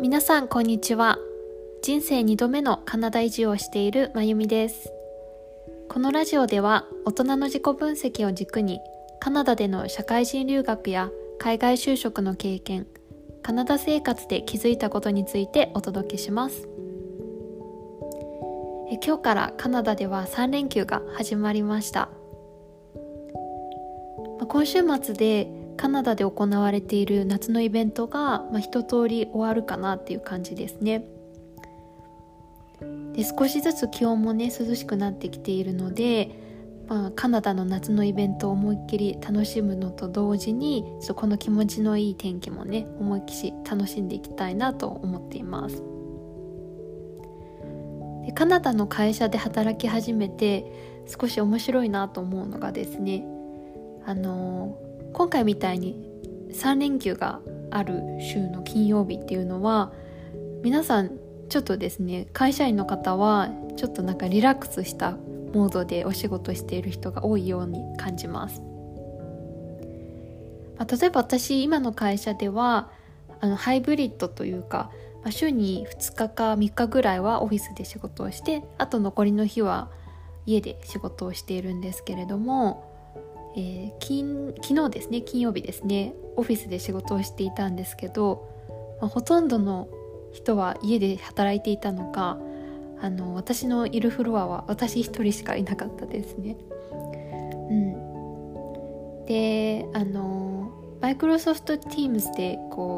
皆さんこんにちは。人生2度目のカナダ移住をしているまゆみです。このラジオでは大人の自己分析を軸にカナダでの社会人留学や海外就職の経験、カナダ生活で気づいたことについてお届けします。今日からカナダでは3連休が始まりました。今週末でカナダで行われている夏のイベントが、一通り終わるかなっていう感じですね。で、少しずつ気温もね涼しくなってきているので、カナダの夏のイベントを思いっきり楽しむのと同時にこの気持ちのいい天気もね思いっきり楽しんでいきたいなと思っています。で、カナダの会社で働き始めて少し面白いなと思うのがですね、今回みたいに3連休がある週の金曜日っていうのは皆さんちょっとですね、会社員の方はちょっとリラックスしたモードでお仕事している人が多いように感じます。例えば私今の会社ではハイブリッドというか、週に2日か3日ぐらいはオフィスで仕事をして、あと残りの日は家で仕事をしているんですけれども、昨日ですね、金曜日ですね、オフィスで仕事をしていたんですけど、ほとんどの人は家で働いていたのか、私のいるフロアは私一人しかいなかったですね。で、マイクロソフト Teams で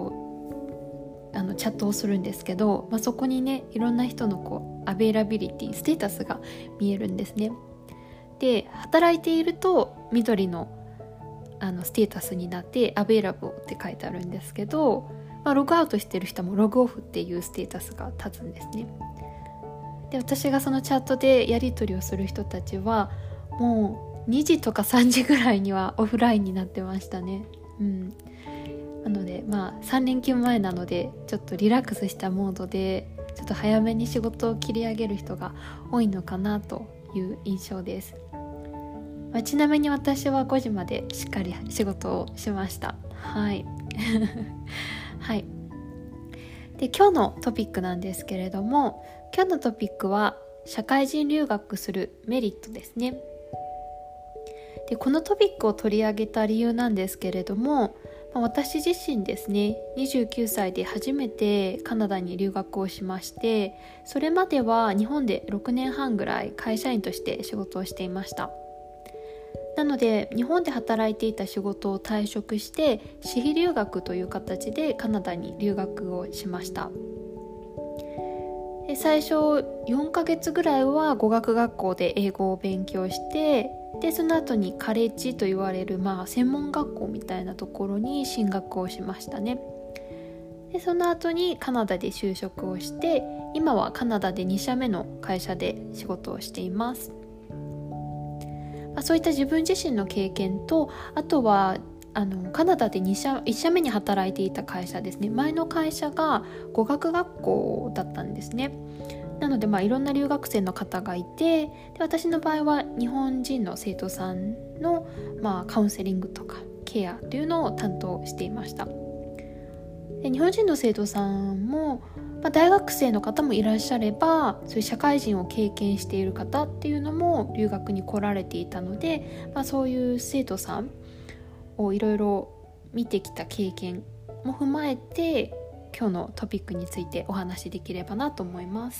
チャットをするんですけど、そこにねいろんな人のアベイラビリティステータスが見えるんですね。で、働いていると緑のステータスになってアベイラブルって書いてあるんですけど、ログアウトしてる人もログオフっていうステータスが立つんですね。で、私がそのチャットでやり取りをする人たちはもう2時とか3時ぐらいにはオフラインになってましたね。なので3連休前なのでちょっとリラックスしたモードでちょっと早めに仕事を切り上げる人が多いのかなという印象です。ちなみに私は5時までしっかり仕事をしました。はいはい。で、今日のトピックなんですけれども、今日のトピックは社会人留学するメリットですね。で、このトピックを取り上げた理由なんですけれども、私自身ですね、29歳で初めてカナダに留学をしまして、それまでは日本で6年半ぐらい会社員として仕事をしていました。なので日本で働いていた仕事を退職して私費留学という形でカナダに留学をしました。で、最初4ヶ月ぐらいは語学学校で英語を勉強して、でその後にカレッジと言われる専門学校みたいなところに進学をしましたね。でその後にカナダで就職をして、今はカナダで2社目の会社で仕事をしています。そういった自分自身の経験と、あとはカナダで1社目に働いていた会社ですね、前の会社が語学学校だったんですね。なのでいろんな留学生の方がいて、で私の場合は日本人の生徒さんの、カウンセリングとかケアというのを担当していました。で、日本人の生徒さんも、大学生の方もいらっしゃれば、そういう社会人を経験している方っていうのも留学に来られていたので、そういう生徒さんをいろいろ見てきた経験も踏まえて、今日のトピックについてお話しできればなと思います。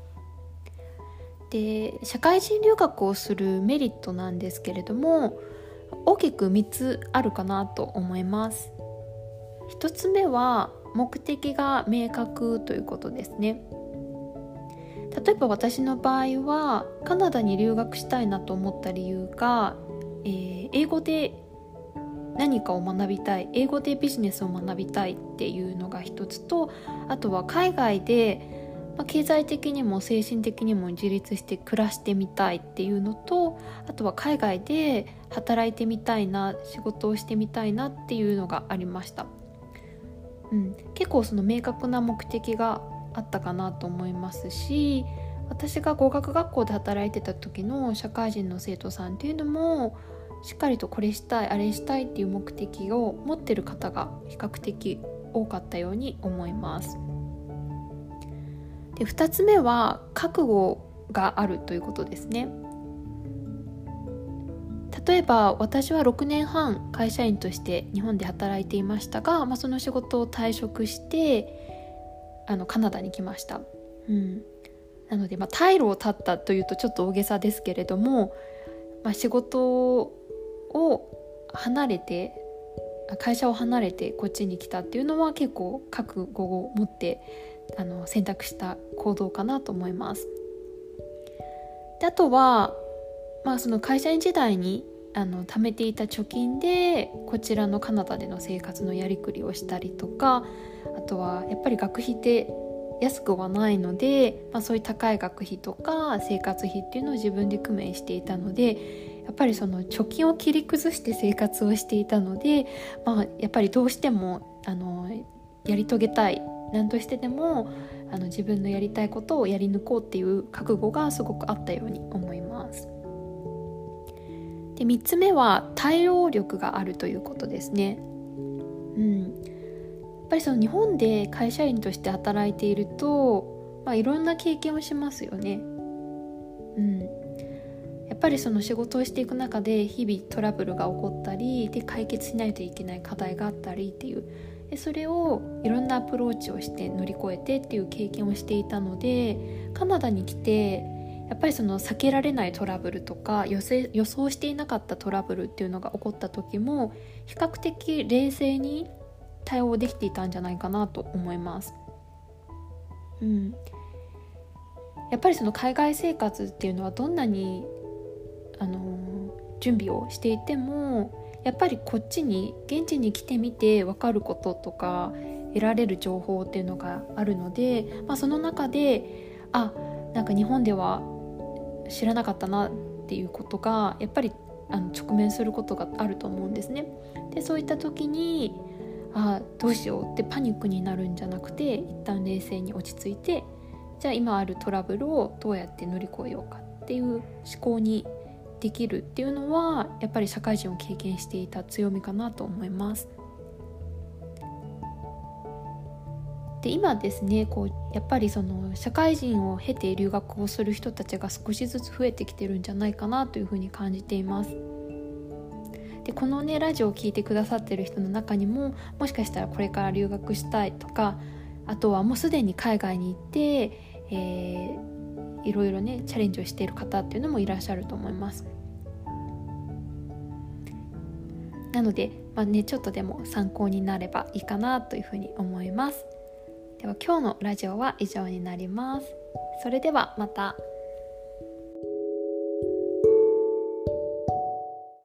で、社会人留学をするメリットなんですけれども、大きく3つあるかなと思います。1つ目は目的が明確ということですね。例えば私の場合はカナダに留学したいなと思った理由が、英語で何かを学びたい、英語でビジネスを学びたいっていうのが一つと、あとは海外で経済的にも精神的にも自立して暮らしてみたいっていうのと、あとは海外で働いてみたいな、仕事をしてみたいなっていうのがありました。結構その明確な目的があったかなと思いますし、私が語学学校で働いてた時の社会人の生徒さんっていうのもしっかりとこれしたいあれしたいっていう目的を持ってる方が比較的多かったように思います。 で2つ目は覚悟があるということですね。例えば私は6年半会社員として日本で働いていましたが、その仕事を退職してカナダに来ました。なので、退路を断ったというとちょっと大げさですけれども、仕事を離れて会社を離れてこっちに来たっていうのは結構覚悟を持って選択した行動かなと思います。であとは、その会社員時代に貯めていた貯金でこちらのカナダでの生活のやりくりをしたりとか、あとはやっぱり学費って安くはないので、そういう高い学費とか生活費っていうのを自分で工面していたので、やっぱりその貯金を切り崩して生活をしていたので、やっぱりどうしてもやり遂げたい、何としてでも自分のやりたいことをやり抜こうっていう覚悟がすごくあったように思います。で3つ目は対応力があるということですね。やっぱりその日本で会社員として働いていると、いろんな経験をしますよね。やっぱりその仕事をしていく中で日々トラブルが起こったりで、解決しないといけない課題があったりっていう、でそれをいろんなアプローチをして乗り越えてっていう経験をしていたので、カナダに来てやっぱりその避けられないトラブルとか予想していなかったトラブルっていうのが起こった時も比較的冷静に対応できていたんじゃないかなと思います。やっぱりその海外生活っていうのはどんなに準備をしていても、やっぱりこっちに現地に来てみて分かることとか得られる情報っていうのがあるので、その中でなんか日本では知らなかったなっていうことがやっぱり直面することがあると思うんですね。でそういった時にどうしようってパニックになるんじゃなくて、一旦冷静に落ち着いて、じゃあ今あるトラブルをどうやって乗り越えようかっていう思考にできるっていうのはやっぱり社会人を経験していた強みかなと思います。で今ですね、やっぱりその社会人を経て留学をする人たちが少しずつ増えてきてるんじゃないかなというふうに感じています。でこのねラジオを聞いてくださってる人の中にも、もしかしたらこれから留学したいとか、あとはもうすでに海外に行って、いろいろねチャレンジをしている方っていうのもいらっしゃると思います。なので、ちょっとでも参考になればいいかなというふうに思います。では今日のラジオは以上になります。それではまた。